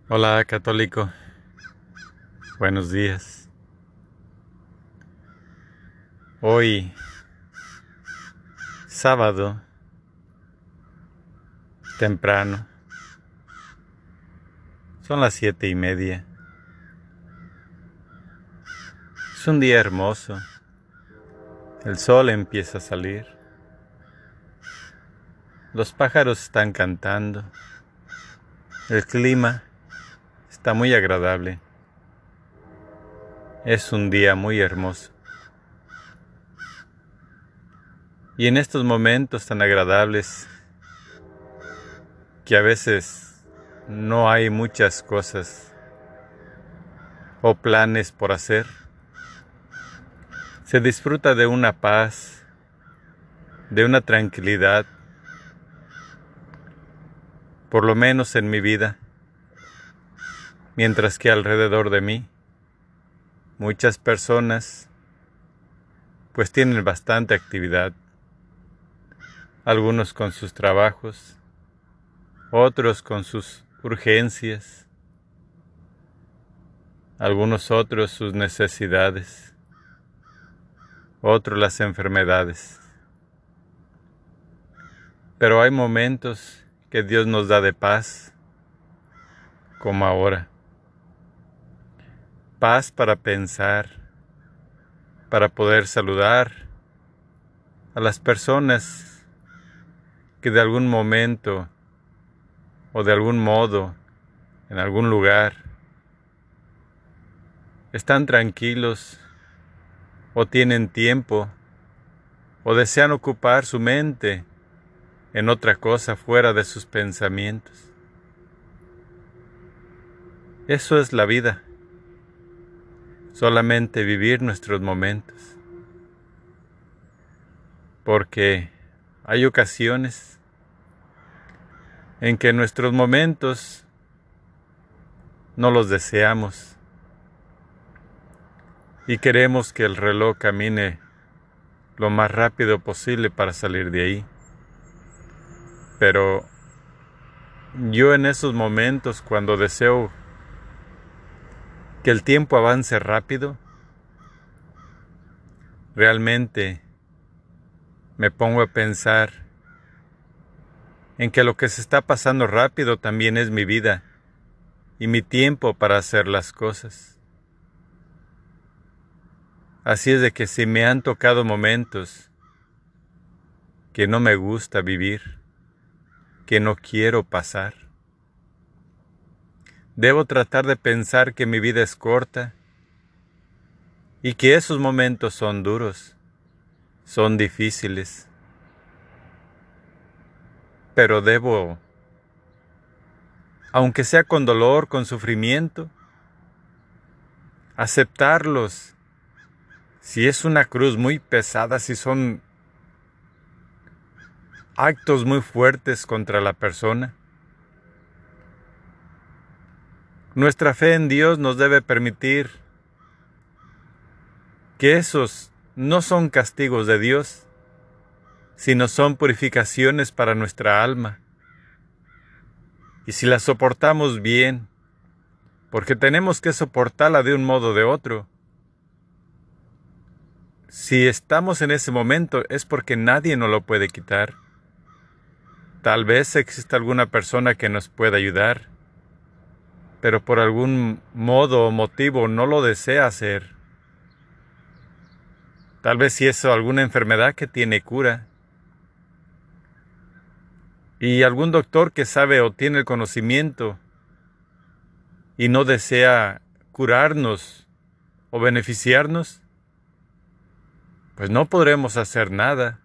Hola, católico. Buenos días. Hoy, sábado, temprano. Son las 7:30. Es un día hermoso. El sol empieza a salir. Los pájaros están cantando. El clima está muy agradable. Es un día muy hermoso. Y en estos momentos tan agradables, que a veces no hay muchas cosas o planes por hacer, se disfruta de una paz, de una tranquilidad, por lo menos en mi vida, mientras que alrededor de mí muchas personas pues tienen bastante actividad, algunos con sus trabajos, otros con sus urgencias, algunos otros sus necesidades, otros las enfermedades. Pero hay momentos que Dios nos da de paz, como ahora. Paz para pensar, para poder saludar a las personas que de algún momento o de algún modo, en algún lugar, están tranquilos o tienen tiempo o desean ocupar su mente en otra cosa fuera de sus pensamientos. Eso es la vida, solamente vivir nuestros momentos, porque hay ocasiones en que nuestros momentos no los deseamos y queremos que el reloj camine lo más rápido posible para salir de ahí. Pero yo en esos momentos, cuando deseo que el tiempo avance rápido, realmente me pongo a pensar en que lo que se está pasando rápido también es mi vida y mi tiempo para hacer las cosas. Así es de que si me han tocado momentos que no me gusta vivir, que no quiero pasar, debo tratar de pensar que mi vida es corta y que esos momentos son duros, son difíciles, pero debo, aunque sea con dolor, con sufrimiento, aceptarlos. Si es una cruz muy pesada, si son actos muy fuertes contra la persona, nuestra fe en Dios nos debe permitir que esos no son castigos de Dios, sino son purificaciones para nuestra alma. Y si la soportamos bien, porque tenemos que soportarla de un modo o de otro, si estamos en ese momento es porque nadie nos lo puede quitar. Tal vez exista alguna persona que nos pueda ayudar, pero por algún modo o motivo no lo desea hacer. Tal vez si es alguna enfermedad que tiene cura, y algún doctor que sabe o tiene el conocimiento y no desea curarnos o beneficiarnos, pues no podremos hacer nada.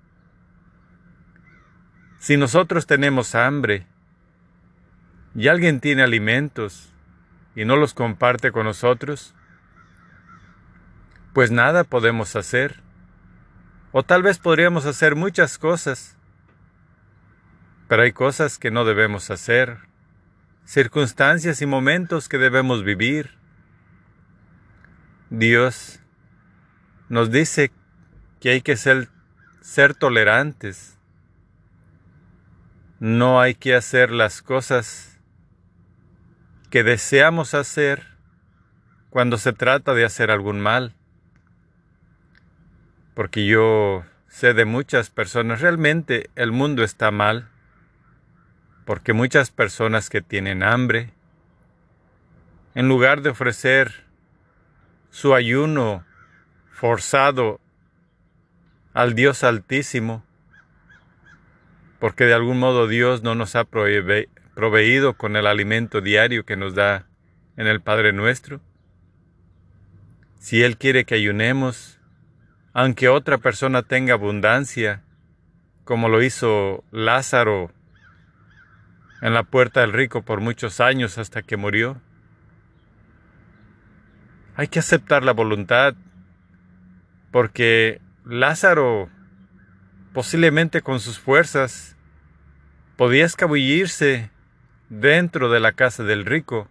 Si nosotros tenemos hambre y alguien tiene alimentos y no los comparte con nosotros, pues nada podemos hacer. O tal vez podríamos hacer muchas cosas, pero hay cosas que no debemos hacer, circunstancias y momentos que debemos vivir. Dios nos dice que hay que ser tolerantes. No hay que hacer las cosas que deseamos hacer cuando se trata de hacer algún mal. Porque yo sé de muchas personas, realmente el mundo está mal, porque muchas personas que tienen hambre, en lugar de ofrecer su ayuno forzado al Dios Altísimo, porque de algún modo Dios no nos ha proveído con el alimento diario que nos da en el Padre Nuestro. Si Él quiere que ayunemos, aunque otra persona tenga abundancia, como lo hizo Lázaro en la puerta del rico por muchos años hasta que murió, hay que aceptar la voluntad, porque Lázaro, posiblemente con sus fuerzas, podía escabullirse dentro de la casa del rico.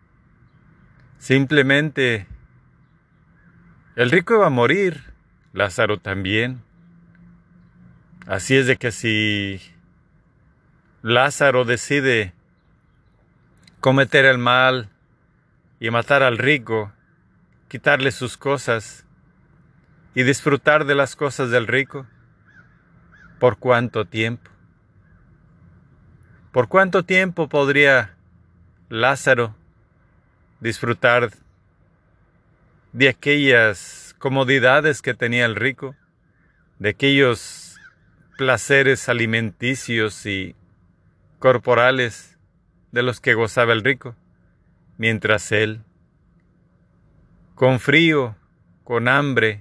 Simplemente, el rico iba a morir, Lázaro también. Así es de que si Lázaro decide cometer el mal y matar al rico, quitarle sus cosas y disfrutar de las cosas del rico, ¿por cuánto tiempo? ¿Por cuánto tiempo podría Lázaro disfrutar de aquellas comodidades que tenía el rico, de aquellos placeres alimenticios y corporales de los que gozaba el rico, mientras él, con frío, con hambre,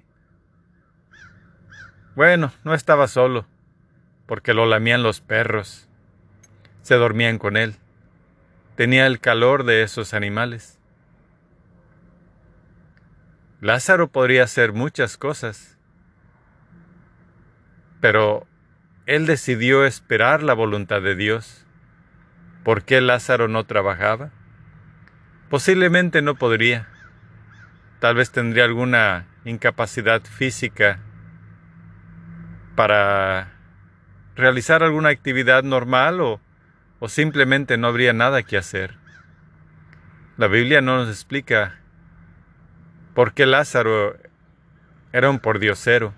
bueno, no estaba solo, porque lo lamían los perros, se dormían con él, tenía el calor de esos animales. Lázaro podría hacer muchas cosas, pero él decidió esperar la voluntad de Dios. ¿Por qué Lázaro no trabajaba? Posiblemente no podría. Tal vez tendría alguna incapacidad física para realizar alguna actividad normal o simplemente no habría nada que hacer. La Biblia no nos explica por qué Lázaro era un pordiosero.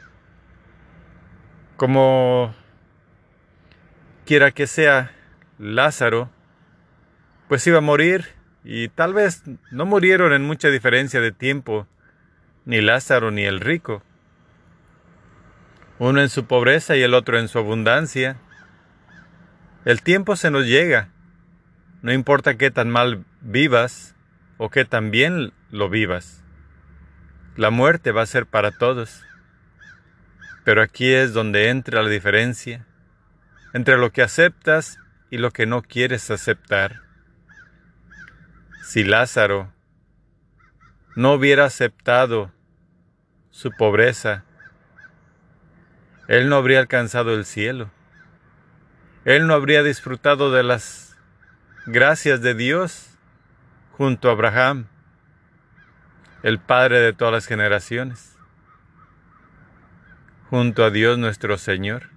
Como quiera que sea, Lázaro pues iba a morir, y tal vez no murieron en mucha diferencia de tiempo, ni Lázaro ni el rico, uno en su pobreza y el otro en su abundancia. El tiempo se nos llega, no importa qué tan mal vivas o qué tan bien lo vivas, la muerte va a ser para todos. Pero aquí es donde entra la diferencia entre lo que aceptas y lo que no quieres aceptar. Si Lázaro no hubiera aceptado su pobreza, él no habría alcanzado el cielo. Él no habría disfrutado de las gracias de Dios junto a Abraham, el Padre de todas las generaciones, junto a Dios nuestro Señor.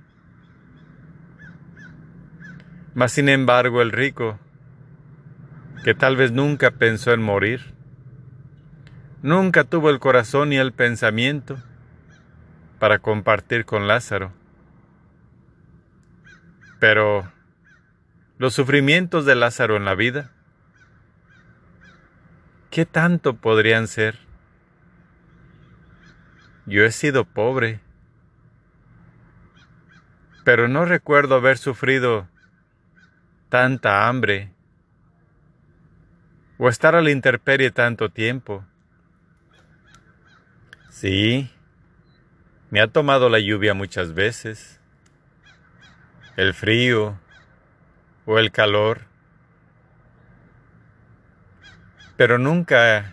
Mas sin embargo el rico, que tal vez nunca pensó en morir, nunca tuvo el corazón ni el pensamiento para compartir con Lázaro. Pero los sufrimientos de Lázaro en la vida, ¿qué tanto podrían ser? Yo he sido pobre, pero no recuerdo haber sufrido tanta hambre o estar a la intemperie tanto tiempo. Sí, me ha tomado la lluvia muchas veces, el frío o el calor, pero nunca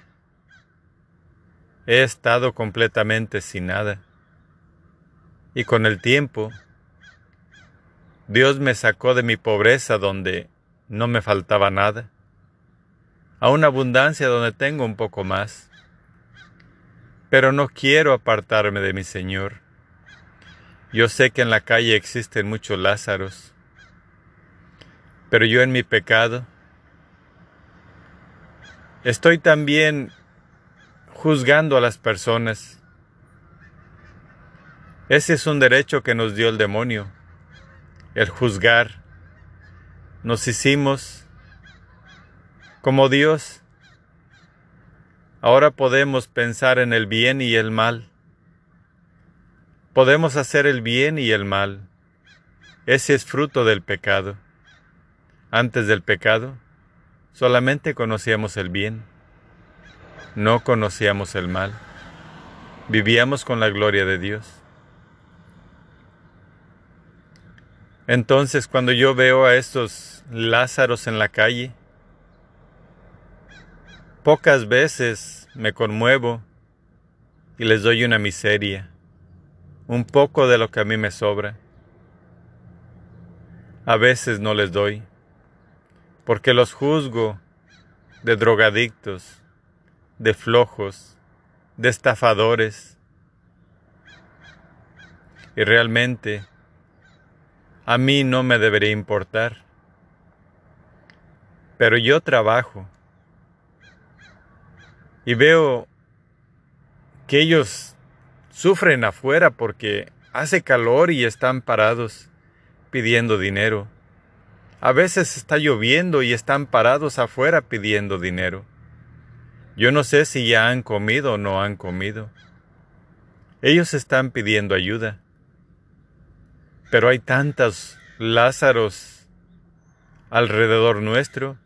he estado completamente sin nada. Y con el tiempo, Dios me sacó de mi pobreza donde no me faltaba nada, a una abundancia donde tengo un poco más. Pero no quiero apartarme de mi Señor. Yo sé que en la calle existen muchos Lázaros, pero yo en mi pecado Estoy también juzgando a las personas. Ese es un derecho que nos dio el demonio, el juzgar. Nos hicimos como Dios. Ahora podemos pensar en el bien y el mal. Podemos hacer el bien y el mal. Ese es fruto del pecado. Antes del pecado, solamente conocíamos el bien. No conocíamos el mal. Vivíamos con la gloria de Dios. Entonces, cuando yo veo a estos Lázaros en la calle, pocas veces me conmuevo y les doy una miseria, un poco de lo que a mí me sobra. A veces no les doy, porque los juzgo de drogadictos, de flojos, de estafadores. Y realmente a mí no me debería importar. Pero yo trabajo y veo que ellos sufren afuera porque hace calor y están parados pidiendo dinero. A veces está lloviendo y están parados afuera pidiendo dinero. Yo no sé si ya han comido o no han comido. Ellos están pidiendo ayuda. Pero hay tantos Lázaros alrededor nuestro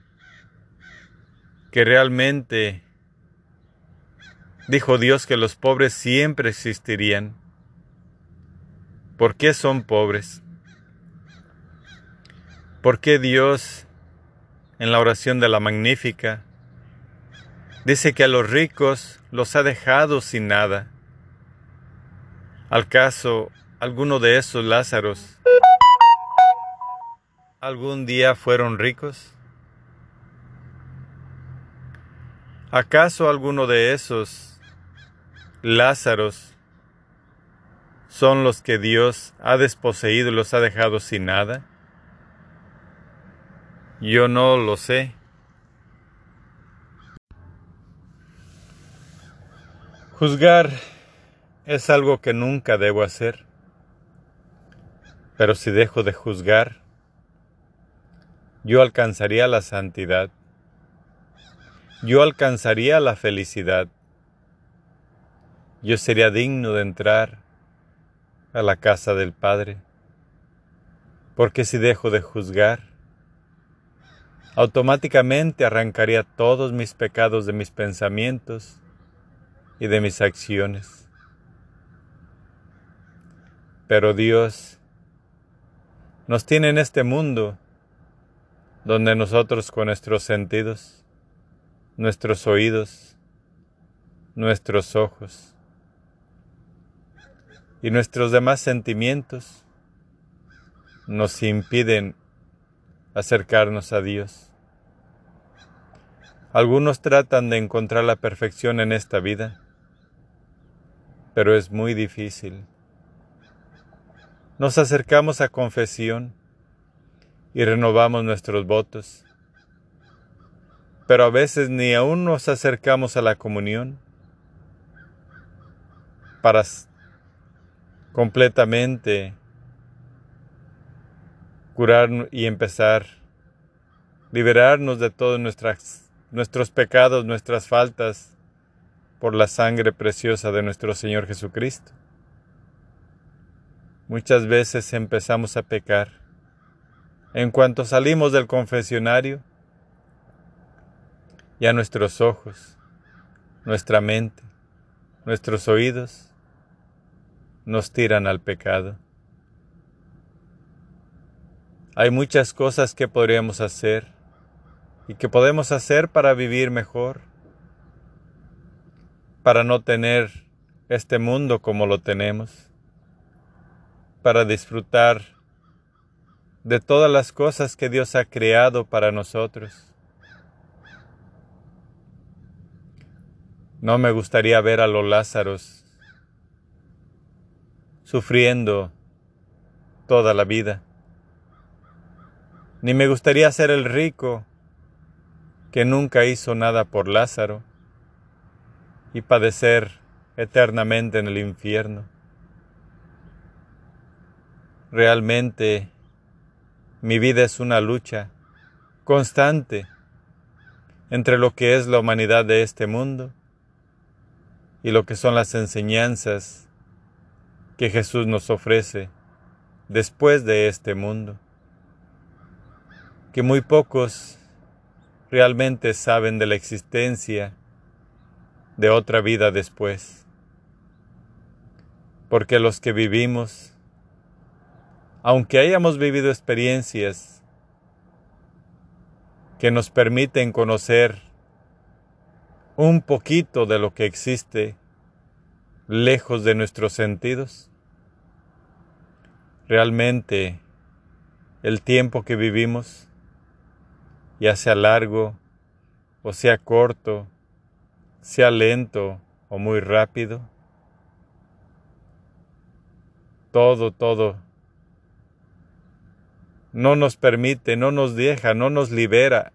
que realmente dijo Dios que los pobres siempre existirían. ¿Por qué son pobres? ¿Por qué Dios, en la oración de la Magnífica, dice que a los ricos los ha dejado sin nada? ¿Acaso alguno de esos Lázaros algún día fueron ricos? ¿Acaso alguno de esos Lázaros son los que Dios ha desposeído y los ha dejado sin nada? Yo no lo sé. Juzgar es algo que nunca debo hacer, pero si dejo de juzgar, yo alcanzaría la santidad, yo alcanzaría la felicidad, yo sería digno de entrar a la casa del Padre, porque si dejo de juzgar, automáticamente arrancaría todos mis pecados de mis pensamientos y de mis acciones. Pero Dios nos tiene en este mundo donde nosotros con nuestros sentidos, nuestros oídos, nuestros ojos y nuestros demás sentimientos nos impiden acercarnos a Dios. Algunos tratan de encontrar la perfección en esta vida, pero es muy difícil. Nos acercamos a confesión y renovamos nuestros votos, pero a veces ni aún nos acercamos a la comunión para completamente curar y empezar, liberarnos de todos nuestros pecados, nuestras faltas, por la sangre preciosa de nuestro Señor Jesucristo. Muchas veces empezamos a pecar. En cuanto salimos del confesionario, ya nuestros ojos, nuestra mente, nuestros oídos nos tiran al pecado. Hay muchas cosas que podríamos hacer y que podemos hacer para vivir mejor, para no tener este mundo como lo tenemos, para disfrutar de todas las cosas que Dios ha creado para nosotros. No me gustaría ver a los Lázaros sufriendo toda la vida, ni me gustaría ser el rico que nunca hizo nada por Lázaro, y padecer eternamente en el infierno. Realmente mi vida es una lucha constante entre lo que es la humanidad de este mundo y lo que son las enseñanzas que Jesús nos ofrece después de este mundo, que muy pocos realmente saben de la existencia de otra vida después, porque los que vivimos, aunque hayamos vivido experiencias que nos permiten conocer un poquito de lo que existe lejos de nuestros sentidos, realmente el tiempo que vivimos, ya sea largo o sea corto, sea lento o muy rápido, todo no nos permite, no nos deja, no nos libera,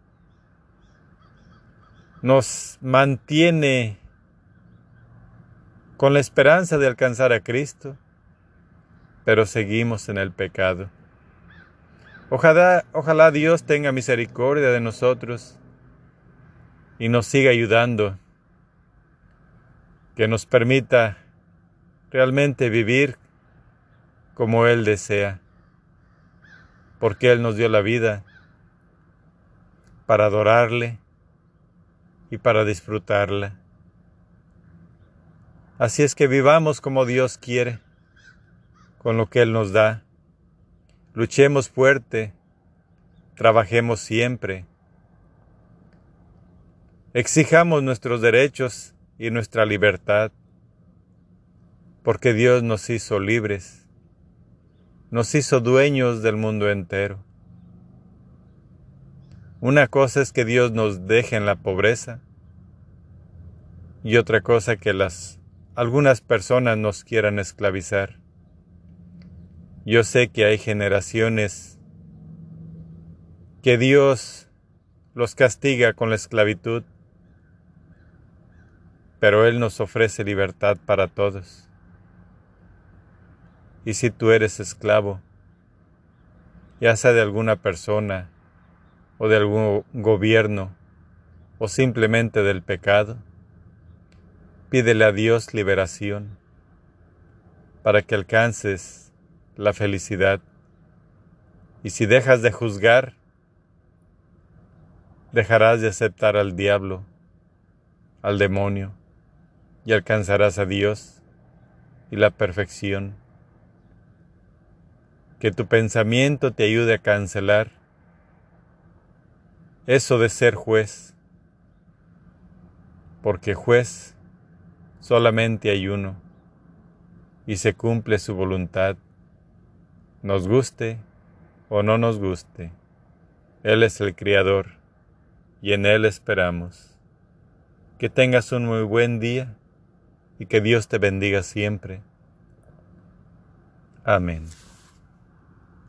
nos mantiene con la esperanza de alcanzar a Cristo, pero seguimos en el pecado. Ojalá Dios tenga misericordia de nosotros y nos siga ayudando, que nos permita realmente vivir como Él desea, porque Él nos dio la vida para adorarle y para disfrutarla. Así es que vivamos como Dios quiere, con lo que Él nos da. Luchemos fuerte, trabajemos siempre, exijamos nuestros derechos y nuestra libertad, porque Dios nos hizo libres, nos hizo dueños del mundo entero. Una cosa es que Dios nos deje en la pobreza y otra cosa que algunas personas nos quieran esclavizar. Yo sé que hay generaciones que Dios los castiga con la esclavitud, pero Él nos ofrece libertad para todos. Y si tú eres esclavo, ya sea de alguna persona o de algún gobierno o simplemente del pecado, pídele a Dios liberación para que alcances la felicidad. Y si dejas de juzgar, dejarás de aceptar al diablo, al demonio, y alcanzarás a Dios y la perfección. Que tu pensamiento te ayude a cancelar eso de ser juez, porque juez solamente hay uno, y se cumple su voluntad, nos guste o no nos guste. Él es el Creador, y en Él esperamos. Que tengas un muy buen día, y que Dios te bendiga siempre. Amén.